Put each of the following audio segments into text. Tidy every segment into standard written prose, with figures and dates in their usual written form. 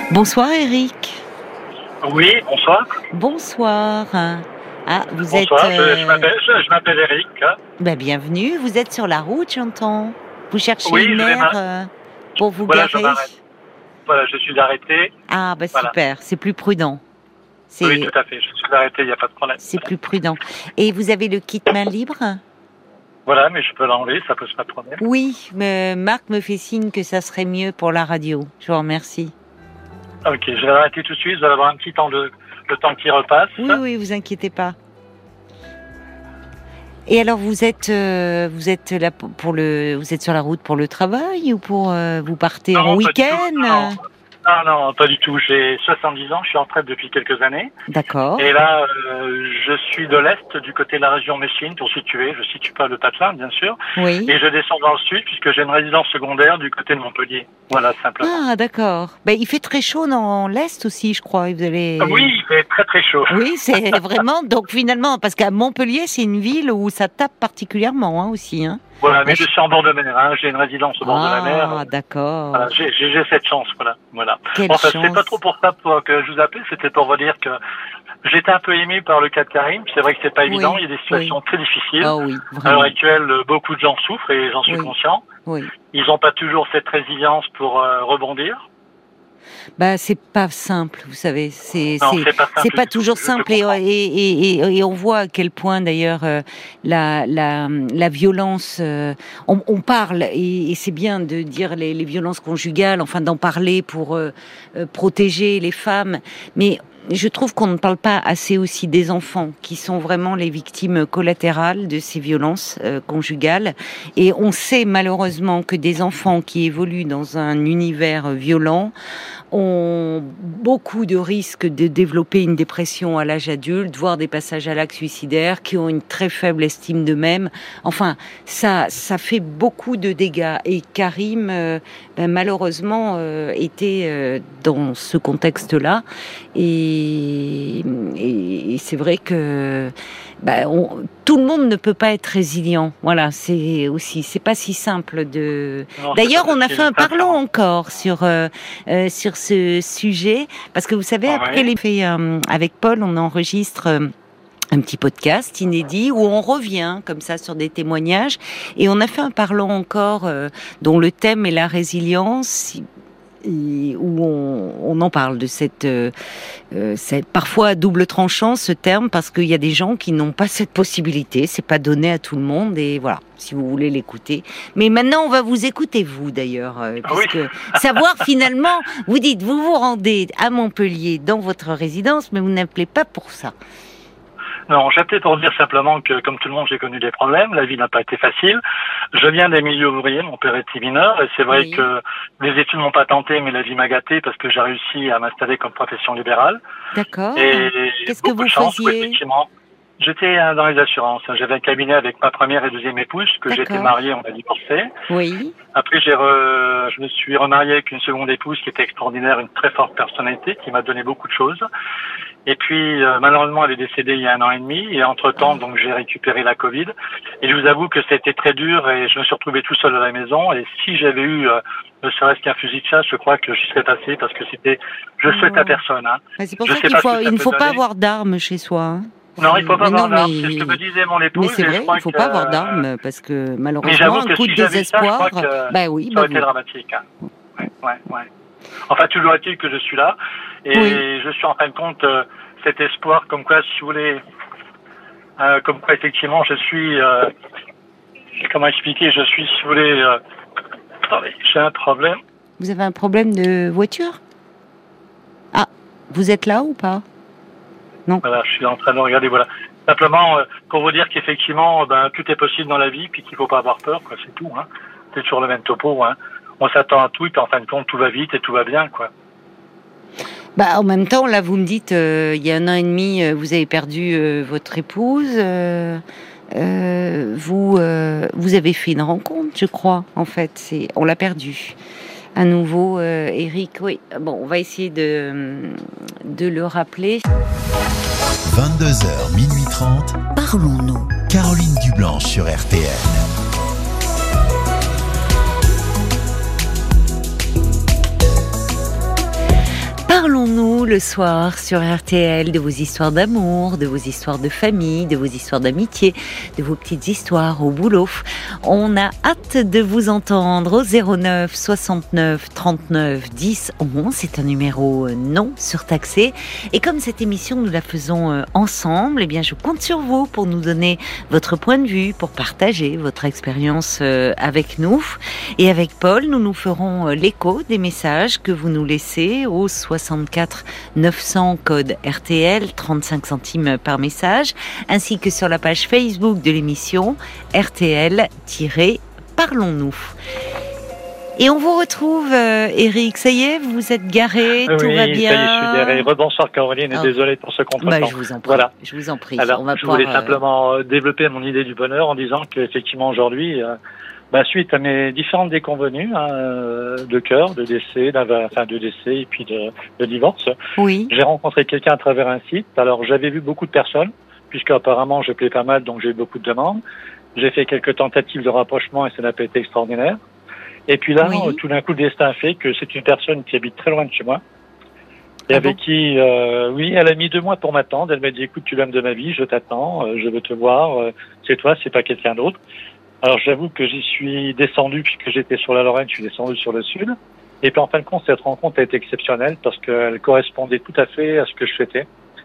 Bonsoir Eric. Oui, bonsoir. Bonsoir. Vous Bonsoir, êtes... je m'appelle Eric. bienvenue, vous êtes sur la route, j'entends. Vous cherchez Oui, une aire pour vous Voilà, je garer. m'arrête. Voilà, je suis arrêté. Ah, Voilà. super, c'est plus prudent. Oui, tout à fait, je suis arrêté, il n'y a pas de problème. C'est plus prudent. Et vous avez le kit main libre? Voilà, mais je peux l'enlever, ça pose pas de problème. Oui, mais Marc me fait signe que ça serait mieux pour la radio. Je vous remercie. Ok, je vais l'arrêter tout de suite, vous allez avoir un petit temps le temps qui repasse. Oui, vous inquiétez pas. Et alors vous êtes là vous êtes sur la route pour le travail ou pour vous partez en week-end? Non, pas du tout. J'ai 70 ans, je suis en retraite depuis quelques années. D'accord. Et là, je suis de l'Est, du côté de la région Messine, pour situer. Je situe pas le Patelin, bien sûr. Oui. Et je descends dans le sud, puisque j'ai une résidence secondaire du côté de Montpellier. Voilà, simplement. Ah, d'accord. Il fait très chaud dans l'Est aussi, je crois. Vous allez... Oui, il fait très très chaud. Oui, c'est vraiment... Donc finalement, parce qu'à Montpellier, c'est une ville où ça tape particulièrement aussi. Hein. Voilà, mais je suis en bord de mer, hein. J'ai une résidence au bord de la mer. Ah, d'accord. Voilà, j'ai cette chance, voilà. Quelle Enfin, chance. c'est pas trop pour ça que je vous appelle, c'était pour vous dire que j'étais un peu ému par le cas de Karim. C'est vrai que c'est pas évident, il y a des situations très difficiles. Ah oui, À vraiment. l'heure actuelle, beaucoup de gens souffrent et j'en suis conscient. Oui. Ils n'ont pas toujours cette résilience pour rebondir. C'est pas simple, vous savez. C'est pas toujours simple et on voit à quel point d'ailleurs la violence. On parle et c'est bien de dire les violences conjugales, enfin d'en parler pour protéger les femmes, mais je trouve qu'on ne parle pas assez aussi des enfants qui sont vraiment les victimes collatérales de ces violences conjugales. Et on sait malheureusement que des enfants qui évoluent dans un univers violent ont beaucoup de risques de développer une dépression à l'âge adulte, voire des passages à l'acte suicidaire, qui ont une très faible estime d'eux-mêmes. Enfin, ça fait beaucoup de dégâts. Et Karim, malheureusement, était dans ce contexte-là. Et c'est vrai que tout le monde ne peut pas être résilient. Voilà, c'est pas si simple de. Non, D'ailleurs, on a fait un parlons encore sur ce sujet parce que vous savez, après les faits avec Paul, on enregistre un petit podcast inédit où on revient comme ça sur des témoignages et on a fait un parlons encore dont le thème est la résilience. Où on en parle de cette parfois à double tranchant ce terme parce qu'il y a des gens qui n'ont pas cette possibilité, c'est pas donné à tout le monde et voilà, si vous voulez l'écouter. Mais maintenant on va vous écouter vous d'ailleurs, puisque savoir finalement, vous dites vous vous rendez à Montpellier dans votre résidence, mais vous n'appelez pas pour ça. Non, j'appelais pour dire simplement que, comme tout le monde, j'ai connu des problèmes. La vie n'a pas été facile. Je viens des milieux ouvriers. Mon père était mineur. Et c'est vrai que les études m'ont pas tenté, mais la vie m'a gâté parce que j'ai réussi à m'installer comme profession libérale. D'accord. Et qu'est-ce que vous faisiez? J'étais dans les assurances. J'avais un cabinet avec ma première et deuxième épouse, que j'étais marié, on a divorcé. Oui. Après, je me suis remarié avec une seconde épouse qui était extraordinaire, une très forte personnalité, qui m'a donné beaucoup de choses. Et puis, malheureusement, elle est décédée il y a 1 an et demi. Et entre-temps, donc, j'ai récupéré la Covid. Et je vous avoue que c'était très dur et je me suis retrouvé tout seul à la maison. Et si j'avais eu, ne serait-ce qu'un fusil de chasse, je crois que j'y serais passé parce que je souhaite à personne, hein. C'est pour ça qu'il ne faut pas avoir d'armes chez soi, hein. Non, il faut pas avoir d'armes. C'est ce que me disait mon épouse. Mais c'est vrai, il faut pas avoir d'armes parce que malheureusement, un coup de désespoir, ça aurait été dramatique. Hein. Ouais. Enfin, toujours est-il que je suis là et je suis en fin de compte cet espoir, comme quoi, si vous voulez, comme quoi effectivement, je suis. Comment expliquer? Je suis, si vous voulez. Attendez, j'ai un problème. Vous avez un problème de voiture? Ah, vous êtes là ou pas? Non. Voilà, je suis en train de regarder, voilà. Simplement, pour vous dire qu'effectivement, tout est possible dans la vie, puis qu'il faut pas avoir peur, quoi, c'est tout, hein. C'est toujours le même topo, hein. On s'attend à tout, et puis en fin de compte, tout va vite et tout va bien, quoi. En même temps, là, vous me dites, il y a 1 an et demi, vous avez perdu votre épouse, vous avez fait une rencontre, je crois, en fait, on l'a perdu. À nouveau, Eric, oui. Bon, on va essayer de le rappeler. 22h, minuit 30. Parlons-nous. Caroline Dublanche sur RTL. Parlons-nous le soir sur RTL de vos histoires d'amour, de vos histoires de famille, de vos histoires d'amitié, de vos petites histoires au boulot. On a hâte de vous entendre au 09 69 39 10 11. C'est un numéro non surtaxé. Et comme cette émission, nous la faisons ensemble, eh bien, je compte sur vous pour nous donner votre point de vue, pour partager votre expérience avec nous. Et avec Paul, nous ferons l'écho des messages que vous nous laissez au 64 900 code RTL, 35 centimes par message, ainsi que sur la page Facebook de l'émission RTL-Parlons-nous. Et on vous retrouve, Eric. Ça y est, vous vous êtes garé, tout va bien. Oui, ça y est, je suis garé. Rebonsoir Caroline, et désolé pour ce contretemps. Je vous en prie. Voilà. Je vous en prie. Alors, je voulais simplement développer mon idée du bonheur en disant qu'effectivement aujourd'hui, suite à mes différentes déconvenues de cœur, de décès, et puis de divorce, oui. J'ai rencontré quelqu'un à travers un site. Alors j'avais vu beaucoup de personnes, puisque apparemment je plais pas mal, donc j'ai eu beaucoup de demandes. J'ai fait quelques tentatives de rapprochement et ça n'a pas été extraordinaire. Et puis là, tout d'un coup, le destin fait que c'est une personne qui habite très loin de chez moi. Et avec qui, elle a mis 2 mois pour m'attendre. Elle m'a dit, écoute, tu l'aimes de ma vie, je t'attends, je veux te voir, c'est toi, c'est pas quelqu'un d'autre. Alors j'avoue que j'y suis descendu, puisque j'étais sur la Lorraine, je suis descendu sur le sud. Et puis en fin de compte, cette rencontre a été exceptionnelle parce qu'elle correspondait tout à fait à ce que je souhaitais.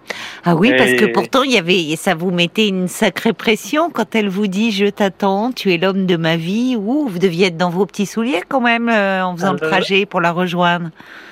Ah oui, parce que pourtant ça vous mettait une sacrée pression quand elle vous dit je t'attends, tu es l'homme de ma vie. Ouh, vous deviez être dans vos petits souliers quand même en faisant le trajet pour la rejoindre.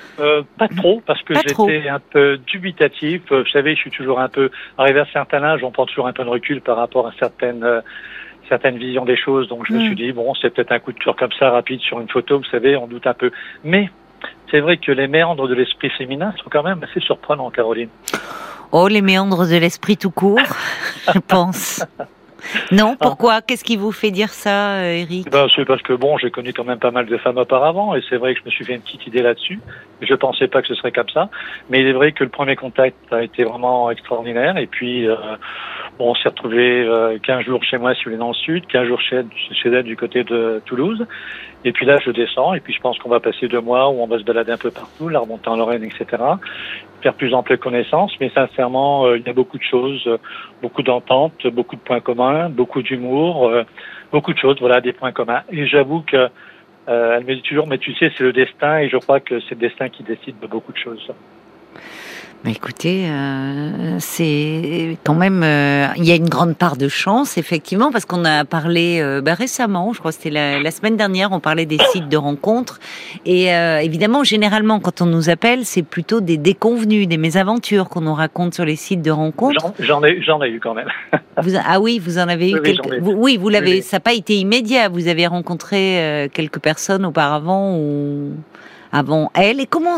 Pas trop, parce que j'étais un peu dubitatif. Vous savez, je suis toujours un peu arrivé à un certain âge, on prend toujours un peu de recul par rapport à certaines visions des choses. Donc je me suis dit bon, c'est peut-être un coup de cœur comme ça rapide sur une photo, vous savez, on doute un peu. Mais c'est vrai que les méandres de l'esprit féminin sont quand même assez surprenants, Caroline. Oh, les méandres de l'esprit tout court, je pense. Non, pourquoi ? Qu'est-ce qui vous fait dire ça, Eric ? C'est parce que j'ai connu quand même pas mal de femmes auparavant, et c'est vrai que je me suis fait une petite idée là-dessus. Je pensais pas que ce serait comme ça, mais il est vrai que le premier contact a été vraiment extraordinaire, et puis on s'est retrouvés 15 jours chez moi, si vous voulez, dans le sud, 15 jours chez elle du côté de Toulouse, et puis là je descends, et puis je pense qu'on va passer 2 mois où on va se balader un peu partout, la remonter en Lorraine, etc., faire plus ample connaissance, mais sincèrement, il y a beaucoup de choses, beaucoup d'ententes, beaucoup de points communs, beaucoup d'humour, beaucoup de choses, voilà, des points communs. Et j'avoue que elle me dit toujours, mais tu sais, c'est le destin, et je crois que c'est le destin qui décide de beaucoup de choses. Mais écoutez, c'est quand même, il y a une grande part de chance, effectivement, parce qu'on a parlé récemment, je crois que c'était la semaine dernière, on parlait des sites de rencontres, et évidemment, généralement, quand on nous appelle, c'est plutôt des déconvenus, des mésaventures qu'on nous raconte sur les sites de rencontres. J'en ai eu quand même. Vous en avez eu quelques. Oui, vous l'avez. Oui. Ça n'a pas été immédiat. Vous avez rencontré quelques personnes auparavant ou avant elle. Et comment,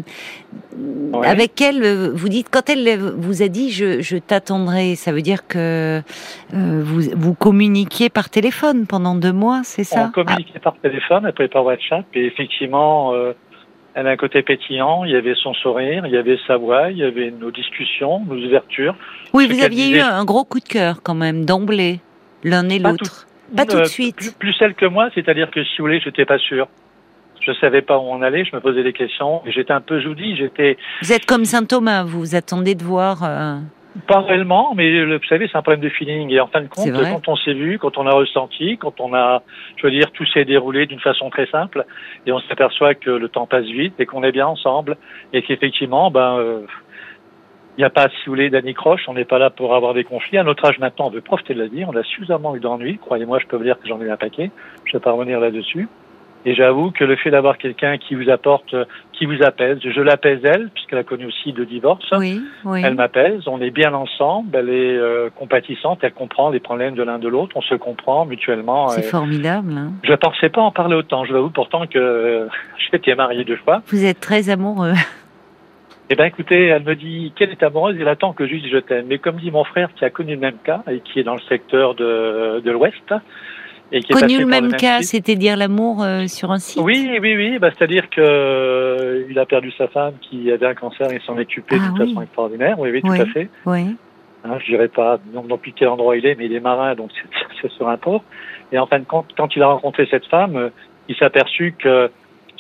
avec elle, vous dites, quand elle vous a dit je t'attendrai, ça veut dire que vous communiquiez par téléphone pendant 2 mois, c'est ça ? On communiquait par téléphone, après par WhatsApp, et effectivement, elle a un côté pétillant, il y avait son sourire, il y avait sa voix, il y avait nos discussions, nos ouvertures. Oui, vous aviez eu un gros coup de cœur quand même, d'emblée, l'un et l'autre. Pas tout de suite. Plus celle que moi, c'est-à-dire que si vous voulez, j'étais pas sûr. Je savais pas où on allait, je me posais des questions, et j'étais un peu joudi, Vous êtes comme Saint Thomas, vous attendez de voir... Pas réellement, mais vous savez, c'est un problème de feeling. Et en fin de compte, quand on s'est vu, quand on a ressenti, quand on a, tout s'est déroulé d'une façon très simple, et on s'aperçoit que le temps passe vite et qu'on est bien ensemble, et qu'effectivement, il n'y a pas, si vous voulez, d'anicroche, on n'est pas là pour avoir des conflits. À notre âge maintenant, on veut profiter de la vie, on a suffisamment eu d'ennuis. Croyez-moi, je peux vous dire que j'en ai un paquet. Je ne vais pas revenir là-dessus. Et j'avoue que le fait d'avoir quelqu'un qui vous apporte, qui vous apaise, je l'apaise elle, puisqu'elle a connu aussi 2 divorces. Oui. Elle m'apaise, on est bien ensemble, elle est compatissante, elle comprend les problèmes de l'un de l'autre, on se comprend mutuellement. C'est formidable. Hein. Je ne pensais pas en parler autant, je vous avoue pourtant que j'étais marié 2 fois. Vous êtes très amoureux. Eh bien écoutez, elle me dit qu'elle est amoureuse, elle attend que je dise je t'aime. Mais comme dit mon frère qui a connu le même cas et qui est dans le secteur de l'Ouest, et qui connu le même cas, c'est-à-dire l'amour sur un site. Oui, c'est-à-dire que il a perdu sa femme qui avait un cancer et s'en occupait d'une façon extraordinaire. Oui, tout à fait. Oui. Je dirais pas non plus quel endroit il est, mais il est marin, donc c'est sur un port. Et en fin de compte, quand il a rencontré cette femme, il s'est aperçu que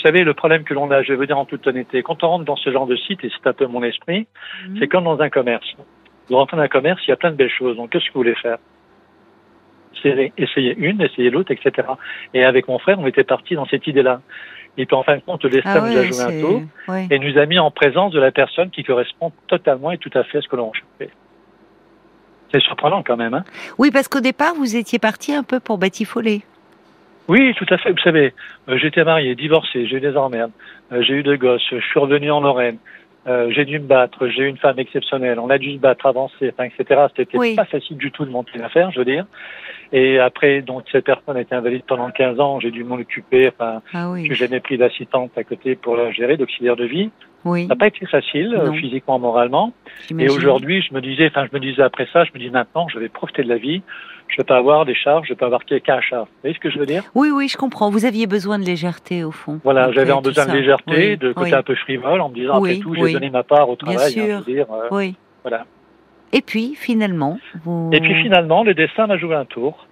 savez, le problème que l'on a, je vais vous dire en toute honnêteté, quand on rentre dans ce genre de site, et c'est un peu mon esprit, c'est comme dans un commerce. Vous rentrez dans un commerce, il y a plein de belles choses. Donc, qu'est-ce que vous voulez faire? Essayer une, essayer l'autre, etc. Et avec mon frère, on était partis dans cette idée-là. Et puis, en fin de compte, le destin nous a joué un tour et nous a mis en présence de la personne qui correspond totalement et tout à fait à ce que l'on recherchait. C'est surprenant quand même, hein? Oui, parce qu'au départ, vous étiez parti un peu pour batifoler. Oui, tout à fait. Vous savez, j'étais marié, divorcé, j'ai eu des emmerdes, j'ai eu deux gosses, je suis revenu en Lorraine, j'ai dû me battre, j'ai eu une femme exceptionnelle, on a dû se battre, avancer, enfin, etc. C'était pas facile du tout de monter une affaire, je veux dire. Et après, donc, cette personne a été invalide pendant 15 ans, j'ai dû m'en occuper, enfin, j'ai jamais pris d'assistante à côté pour la gérer, d'auxiliaire de vie. Ça n'a pas été facile, physiquement, moralement. Et aujourd'hui, je me disais après ça, je me dis maintenant, je vais profiter de la vie. Je ne vais pas avoir des charges, je ne vais pas avoir quelqu'un à charge. Vous voyez ce que je veux dire? Oui, oui, je comprends. Vous aviez besoin de légèreté, au fond. Voilà, j'avais besoin de légèreté, de côté un peu frivole, en me disant, après tout, j'ai donné ma part au travail. Bien sûr. Hein, je veux dire, voilà. Et puis, finalement... le destin m'a joué un tour.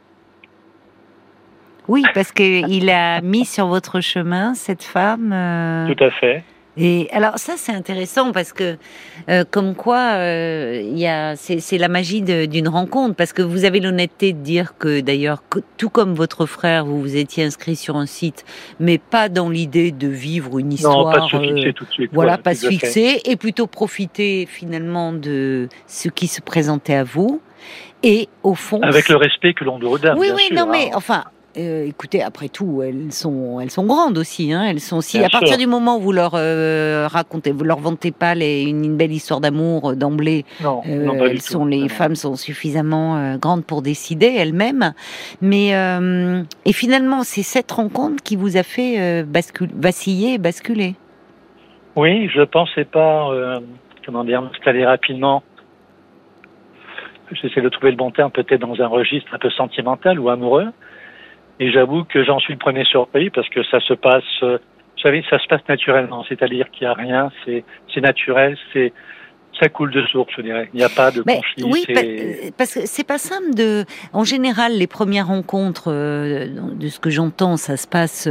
Oui, parce qu'il a mis sur votre chemin cette femme... Tout à fait. Et alors ça c'est intéressant parce que comme quoi c'est la magie d'une rencontre, parce que vous avez l'honnêteté de dire que d'ailleurs tout comme votre frère vous étiez inscrit sur un site mais pas dans l'idée de vivre une histoire, non, pas se fixer tout de suite, voilà, pas se fixer et plutôt profiter finalement de ce qui se présentait à vous et au fond avec le respect que l'on doit aux dames. Oui, bien oui, sûr, non mais enfin. Écoutez, après tout, elles sont grandes aussi. Elles sont aussi. À partir du moment où vous leur racontez, vous leur vantez pas une belle histoire d'amour d'emblée. Non, les femmes sont suffisamment grandes pour décider elles-mêmes. Mais et finalement, c'est cette rencontre qui vous a fait vaciller et basculer. Oui, je pensais pas, m'installer rapidement. J'essaie de trouver le bon terme, peut-être dans un registre un peu sentimental ou amoureux. Et j'avoue que j'en suis le premier surpris parce que ça se passe, vous savez, ça se passe naturellement. C'est-à-dire qu'il n'y a rien, c'est naturel, ça coule de source, je dirais. Il n'y a pas de conflit. Oui, parce que c'est pas simple en général, les premières rencontres, de ce que j'entends, ça se passe,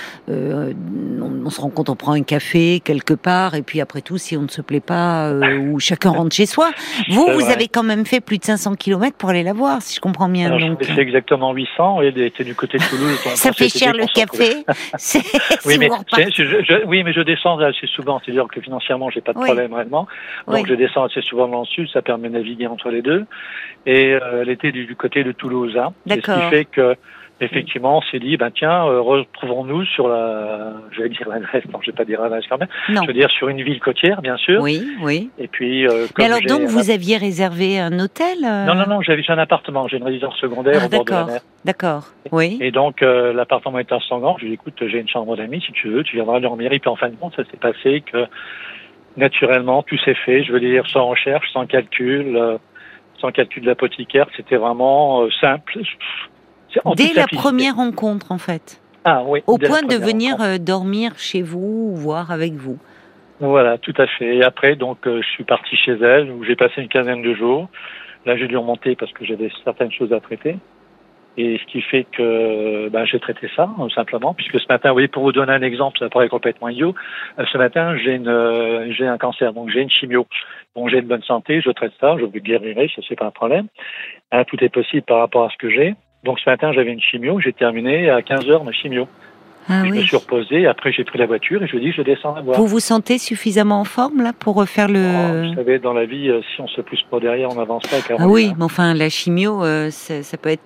on se rencontre, on prend un café quelque part, et puis après tout, si on ne se plaît pas, ou chacun rentre chez soi. Vous avez quand même fait plus de 500 km pour aller la voir, si je comprends bien. Alors, donc, c'est exactement 800, et était du côté de Toulouse. Ça fait cher le café. Oui, mais je descends assez souvent, c'est-à-dire que financièrement, j'ai pas de problème réellement. Donc, je descends assez souvent dans le sud, ça permet de naviguer entre les deux. Et elle était du côté de Toulouse. Hein. Ce qui fait que, effectivement, on s'est dit, retrouvons-nous sur je vais dire l'adresse, non, je vais pas dire l'adresse quand même. Non. Je veux dire sur une ville côtière, bien sûr. Oui, oui. Et puis, mais alors donc, vous aviez réservé un hôtel? Non, j'ai un appartement, j'ai une résidence secondaire au bord de la mer. D'accord, oui. Et donc, l'appartement est assez grand. Je lui ai dit, écoute, j'ai une chambre d'amis, si tu veux, tu viendras dormir. Et puis, en fin de compte, ça s'est passé que, naturellement, tout s'est fait, je veux dire, sans recherche, sans calcul de l'apothicaire, c'était vraiment simple. Dès la première rencontre, en fait. Ah oui. Au point de venir dormir chez vous ou voir avec vous. Voilà, tout à fait. Et après, donc, je suis parti chez elle, où j'ai passé une quinzaine de jours. Là, j'ai dû remonter parce que j'avais certaines choses à traiter. Et ce qui fait que j'ai traité ça, simplement, puisque ce matin, oui, pour vous donner un exemple, ça paraît complètement idiot, ce matin, j'ai un cancer, donc j'ai une chimio. Bon, j'ai une bonne santé, je traite ça, je vous guérirai, ça c'est pas un problème. Hein, tout est possible par rapport à ce que j'ai. Donc ce matin, j'avais une chimio, j'ai terminé à 15h ma chimio. Je me suis reposé, après j'ai pris la voiture et je dis je descends la voir. Vous vous sentez suffisamment en forme là pour refaire le... vous savez, dans la vie, si on se pousse pas derrière, on n'avance pas. Oui, mais enfin la chimio, ça peut être...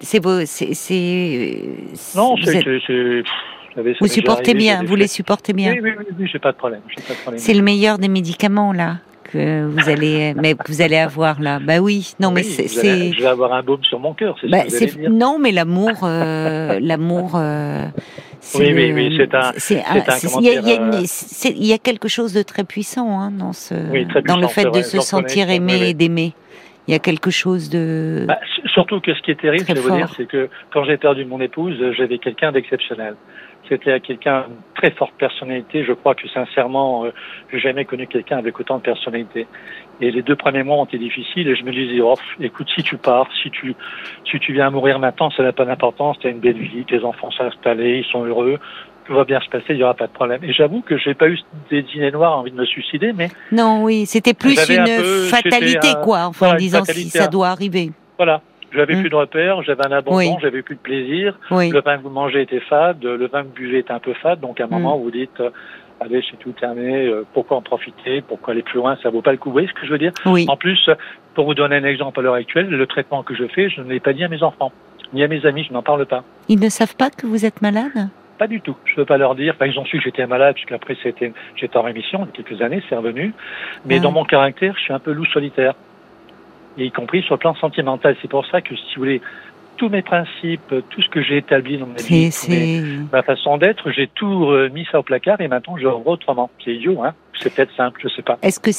Non, vous supportez bien, vous les supportez bien. Oui, j'ai pas de problème. C'est le meilleur des médicaments là que vous allez avoir là. Bah oui, non mais c'est. Je vais avoir un baume sur mon cœur, c'est ce que vous allez dire. Non, mais l'amour, Oui, c'est un. Il y a quelque chose de très puissant dans le fait de se sentir aimé et d'aimer. Il y a quelque chose de. Surtout que ce qui est terrible, je vais vous dire, c'est que quand j'ai perdu mon épouse, j'avais quelqu'un d'exceptionnel. C'était quelqu'un de très forte personnalité. Je crois que sincèrement, j'ai jamais connu quelqu'un avec autant de personnalité. Et les 2 premiers mois ont été difficiles et je me disais, écoute, si tu pars, si tu viens à mourir maintenant, ça n'a pas d'importance, tu as une belle vie, tes enfants sont installés, ils sont heureux. tout va bien se passer, il n'y aura pas de problème. Et j'avoue que j'ai pas eu des dîners noirs, envie de me suicider, mais... Non, oui, c'était plus une fatalité, quoi, enfin, voilà, en disant si ça doit arriver. Voilà. J'avais plus de repères, j'avais un abandon, j'avais plus de plaisir. Le vin que vous mangez était fade, le vin que vous buvez était un peu fade. Donc à un moment, vous dites, allez, c'est tout terminé, pourquoi en profiter, pourquoi aller plus loin, ça vaut pas le coup. Vous voyez ce que je veux dire? En plus, pour vous donner un exemple à l'heure actuelle, le traitement que je fais, je ne l'ai pas dit à mes enfants, ni à mes amis, je n'en parle pas. Ils ne savent pas que vous êtes malade? Pas du tout. Je ne veux pas leur dire. Enfin, ils ont su que j'étais malade, puisqu'après j'étais en rémission, il y a quelques années, c'est revenu. Mais dans mon caractère, je suis un peu loup solitaire. Et y compris sur le plan sentimental. C'est pour ça que, si vous voulez, tous mes principes, tout ce que j'ai établi dans ma vie, ma façon d'être, j'ai tout mis ça au placard et maintenant je vois autrement. C'est idiot, hein. C'est peut-être simple, je sais pas. Est-ce que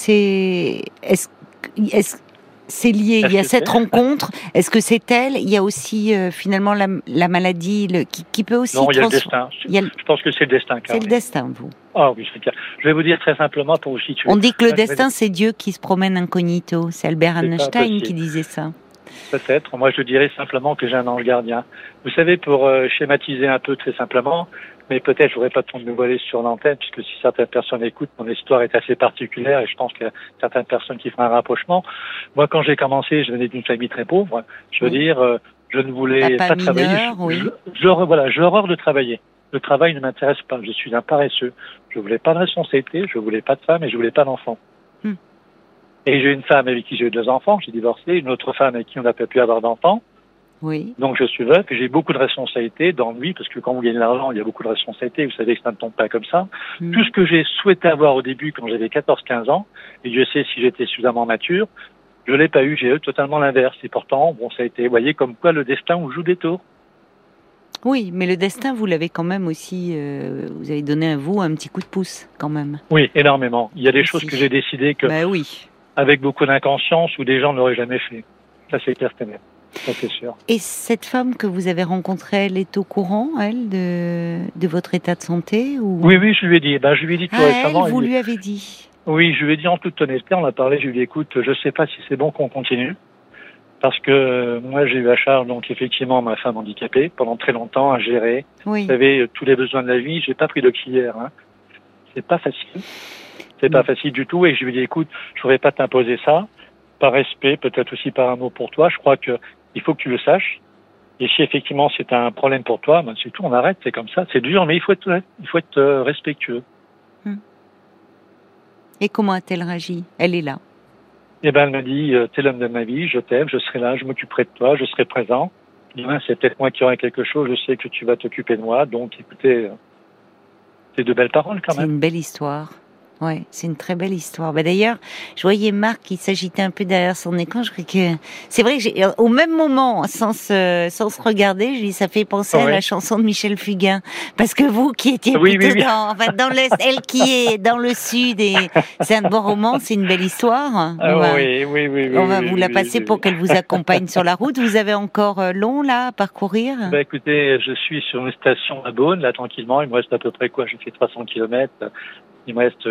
c'est lié? Il y a cette rencontre. Est-ce que c'est elle? Il y a aussi finalement la maladie qui peut aussi... Non, il y a le destin. Je pense que c'est le destin. C'est le destin, vous. Ah oui, c'est clair. Je vais vous dire très simplement pour vous situer. On dit que le destin, c'est Dieu qui se promène incognito. C'est Albert Einstein qui disait ça. Peut-être. Moi, je dirais simplement que j'ai un ange gardien. Vous savez, pour schématiser un peu très simplement, mais peut-être je n'aurais pas de me voiler sur l'antenne, puisque si certaines personnes écoutent, mon histoire est assez particulière et je pense qu'il y a certaines personnes qui feront un rapprochement. Moi, quand j'ai commencé, je venais d'une famille très pauvre. Je veux dire, je ne voulais pas travailler. J'ai horreur de travailler. Le travail ne m'intéresse pas. Je suis un paresseux. Je voulais pas de responsabilité, je voulais pas de femme et je voulais pas d'enfant. Et j'ai une femme avec qui j'ai eu 2 enfants, j'ai divorcé, une autre femme avec qui on n'a pas pu avoir d'enfants. Oui. Donc je suis veuf et j'ai beaucoup de responsabilités, d'ennui, parce que quand vous gagnez de l'argent, il y a beaucoup de responsabilités, vous savez que ça ne tombe pas comme ça. Tout ce que j'ai souhaité avoir au début quand j'avais 14-15 ans, et Dieu sait si j'étais suffisamment mature, je l'ai pas eu, j'ai eu totalement l'inverse. Et pourtant, bon, ça a été, vous voyez, comme quoi le destin vous joue des tours. Oui, mais le destin, vous l'avez quand même aussi, vous avez donné à vous un petit coup de pouce, quand même. Oui, énormément. Il y a des choses que j'ai décidé que, avec beaucoup d'inconscience, ou des gens n'auraient jamais fait. Ça, c'est clair, c'est net. Ça, c'est sûr. Et cette femme que vous avez rencontrée, elle est au courant, elle, de votre état de santé ou... Oui, je lui ai dit. Je lui ai dit tout récemment. Vous lui avez dit? Oui, je lui ai dit en toute honnêteté, on a parlé, je lui ai dit, écoute, je sais pas si c'est bon qu'on continue. Parce que moi, j'ai eu à charge, donc effectivement, ma femme handicapée, pendant très longtemps, à gérer. Vous savez, tous les besoins de la vie, j'ai pas pris d'auxiliaire. Hein. C'est pas facile. C'est pas facile du tout. Et je lui ai dit, écoute, je voudrais pas t'imposer ça. Par respect, peut-être aussi par amour pour toi. Je crois que il faut que tu le saches. Et si effectivement c'est un problème pour toi, c'est tout, on arrête, c'est comme ça. C'est dur, mais il faut être respectueux. Et comment a-t-elle réagi? Elle est là. Eh ben, elle m'a dit, t'es l'homme de ma vie, je t'aime, je serai là, je m'occuperai de toi, je serai présent. Demain, c'est peut-être moi qui aurai quelque chose, je sais que tu vas t'occuper de moi. Donc, écoutez, c'est de belles paroles quand même. C'est une belle histoire. Ouais, c'est une très belle histoire. D'ailleurs, je voyais Marc qui s'agitait un peu derrière son écran. Je crois que c'est vrai que au même moment, sans se regarder, je dis ça fait penser à la chanson de Michel Fugain, parce que vous qui étiez plutôt dans l'est, elle qui est dans le sud, et c'est un bon roman, c'est une belle histoire. On va vous la passer pour qu'elle vous accompagne sur la route. Vous avez encore long là à parcourir? Écoutez, je suis sur une station à Beaune là tranquillement. Il me reste à peu près j'ai fait 300 km. Il me reste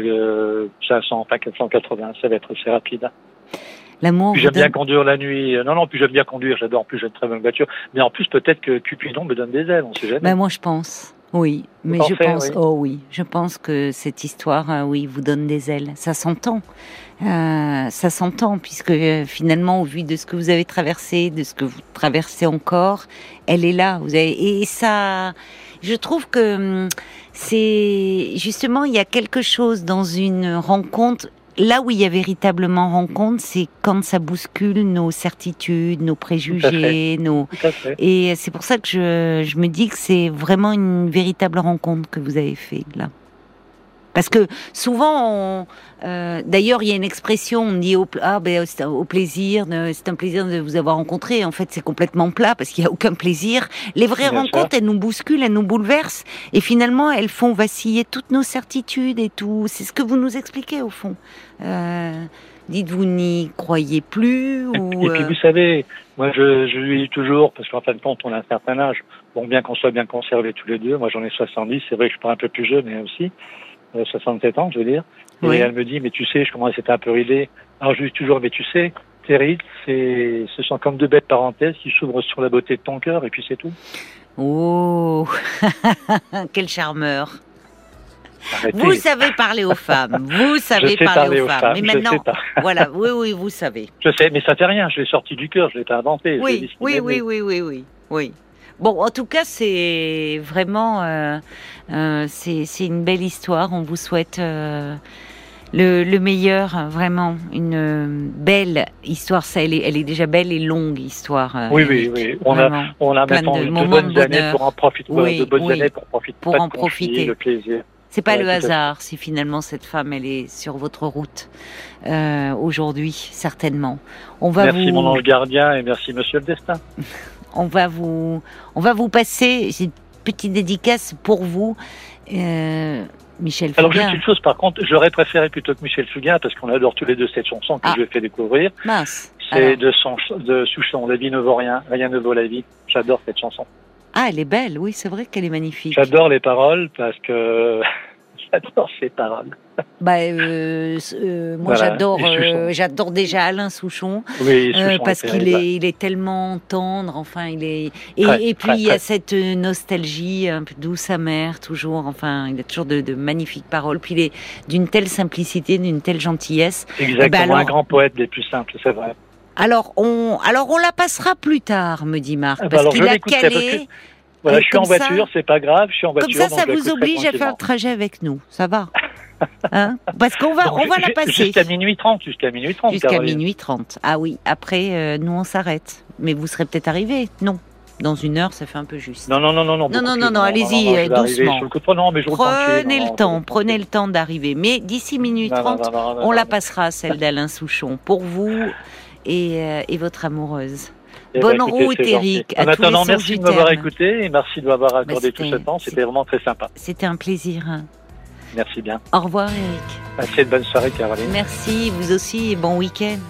480, ça va être assez rapide. L'amour. Puis j'aime bien conduire la nuit. Puis j'aime bien conduire, j'adore. En plus, j'ai une très bonne voiture. Mais en plus, peut-être que Cupidon me donne des ailes, on sait jamais. Moi, je pense. Oui, mais je pense que cette histoire, vous donne des ailes. Ça s'entend. Ça s'entend, puisque finalement, au vu de ce que vous avez traversé, de ce que vous traversez encore, elle est là. Et ça, je trouve que c'est justement, il y a quelque chose dans une rencontre. Là où il y a véritablement rencontre, c'est quand ça bouscule nos certitudes, nos préjugés, et c'est pour ça que je me dis que c'est vraiment une véritable rencontre que vous avez fait là. Parce que souvent, d'ailleurs, il y a une expression, on dit au plaisir, c'est un plaisir de vous avoir rencontré. En fait, c'est complètement plat parce qu'il n'y a aucun plaisir. Les vraies rencontres, elles nous bousculent, elles nous bouleversent, et finalement, elles font vaciller toutes nos certitudes et tout. C'est ce que vous nous expliquez au fond. Dites, vous n'y croyez plus ou... Et puis vous savez, moi je lui dis toujours, parce qu'en fin de compte, on a un certain âge. Bon, bien qu'on soit bien conservés tous les deux. Moi, j'en ai 70. C'est vrai que je suis pas un peu plus jeune, mais aussi. 67 ans, je veux dire. Et elle me dit, mais tu sais, je commence à être un peu ridée. Alors je lui dis toujours, mais tu sais, tes rides, ce sont comme 2 belles parenthèses qui s'ouvrent sur la beauté de ton cœur, et puis c'est tout. Oh, quel charmeur. Arrêtez. Vous savez parler aux femmes. Vous savez parler aux femmes. Mais maintenant, voilà, oui, vous savez. Je sais, mais ça fait rien. Je l'ai sorti du cœur, je l'ai pas inventé. Oui. Bon, en tout cas, c'est vraiment, c'est une belle histoire. On vous souhaite le meilleur, vraiment, une belle histoire. Ça, elle est déjà belle et longue histoire. Oui. On a maintenant de bonnes années pour en profiter. De bonnes années pour en profiter. Le plaisir. C'est pas le hasard si finalement cette femme elle est sur votre route aujourd'hui, certainement. Merci mon ange gardien et merci Monsieur le Destin. On va vous passer une petite dédicace pour vous, Michel Fugain. Alors juste une chose, par contre, j'aurais préféré plutôt que Michel Fugain parce qu'on adore tous les deux cette chanson que je lui ai fait découvrir. Mince. C'est de Souchon, La vie ne vaut rien ne vaut la vie. J'adore cette chanson. Ah, elle est belle, oui, c'est vrai qu'elle est magnifique. J'adore les paroles parce que j'adore ces paroles. Moi, j'adore déjà Alain Souchon, parce qu'il est tellement tendre. Enfin, et puis il y a cette nostalgie un peu douce, amère, toujours. Enfin, il a toujours de magnifiques paroles. Puis il est d'une telle simplicité, d'une telle gentillesse. Exactement, un grand poète des plus simples, c'est vrai. Alors on la passera plus tard, me dit Marc, parce qu'il a calé. Voilà, je suis en voiture, c'est pas grave, je suis en voiture. Comme ça vous oblige à faire le trajet avec nous, ça va hein? Parce qu'on va la passer. Jusqu'à minuit 30. Jusqu'à minuit 30. Ah oui, après, nous on s'arrête. Mais vous serez peut-être arrivé, non? Dans 1 heure, ça fait un peu juste. Non, allez-y, doucement. Prenez le temps d'arriver. Mais d'ici minuit 30, on la passera, celle d'Alain Souchon, pour vous et votre amoureuse. Bonne route, Eric. En attendant, merci de m'avoir écouté et merci de m'avoir accordé tout ce temps. C'était vraiment très sympa. C'était un plaisir. Merci bien. Au revoir, Eric. Passez une bonne soirée, Caroline. Merci, vous aussi, et bon week-end.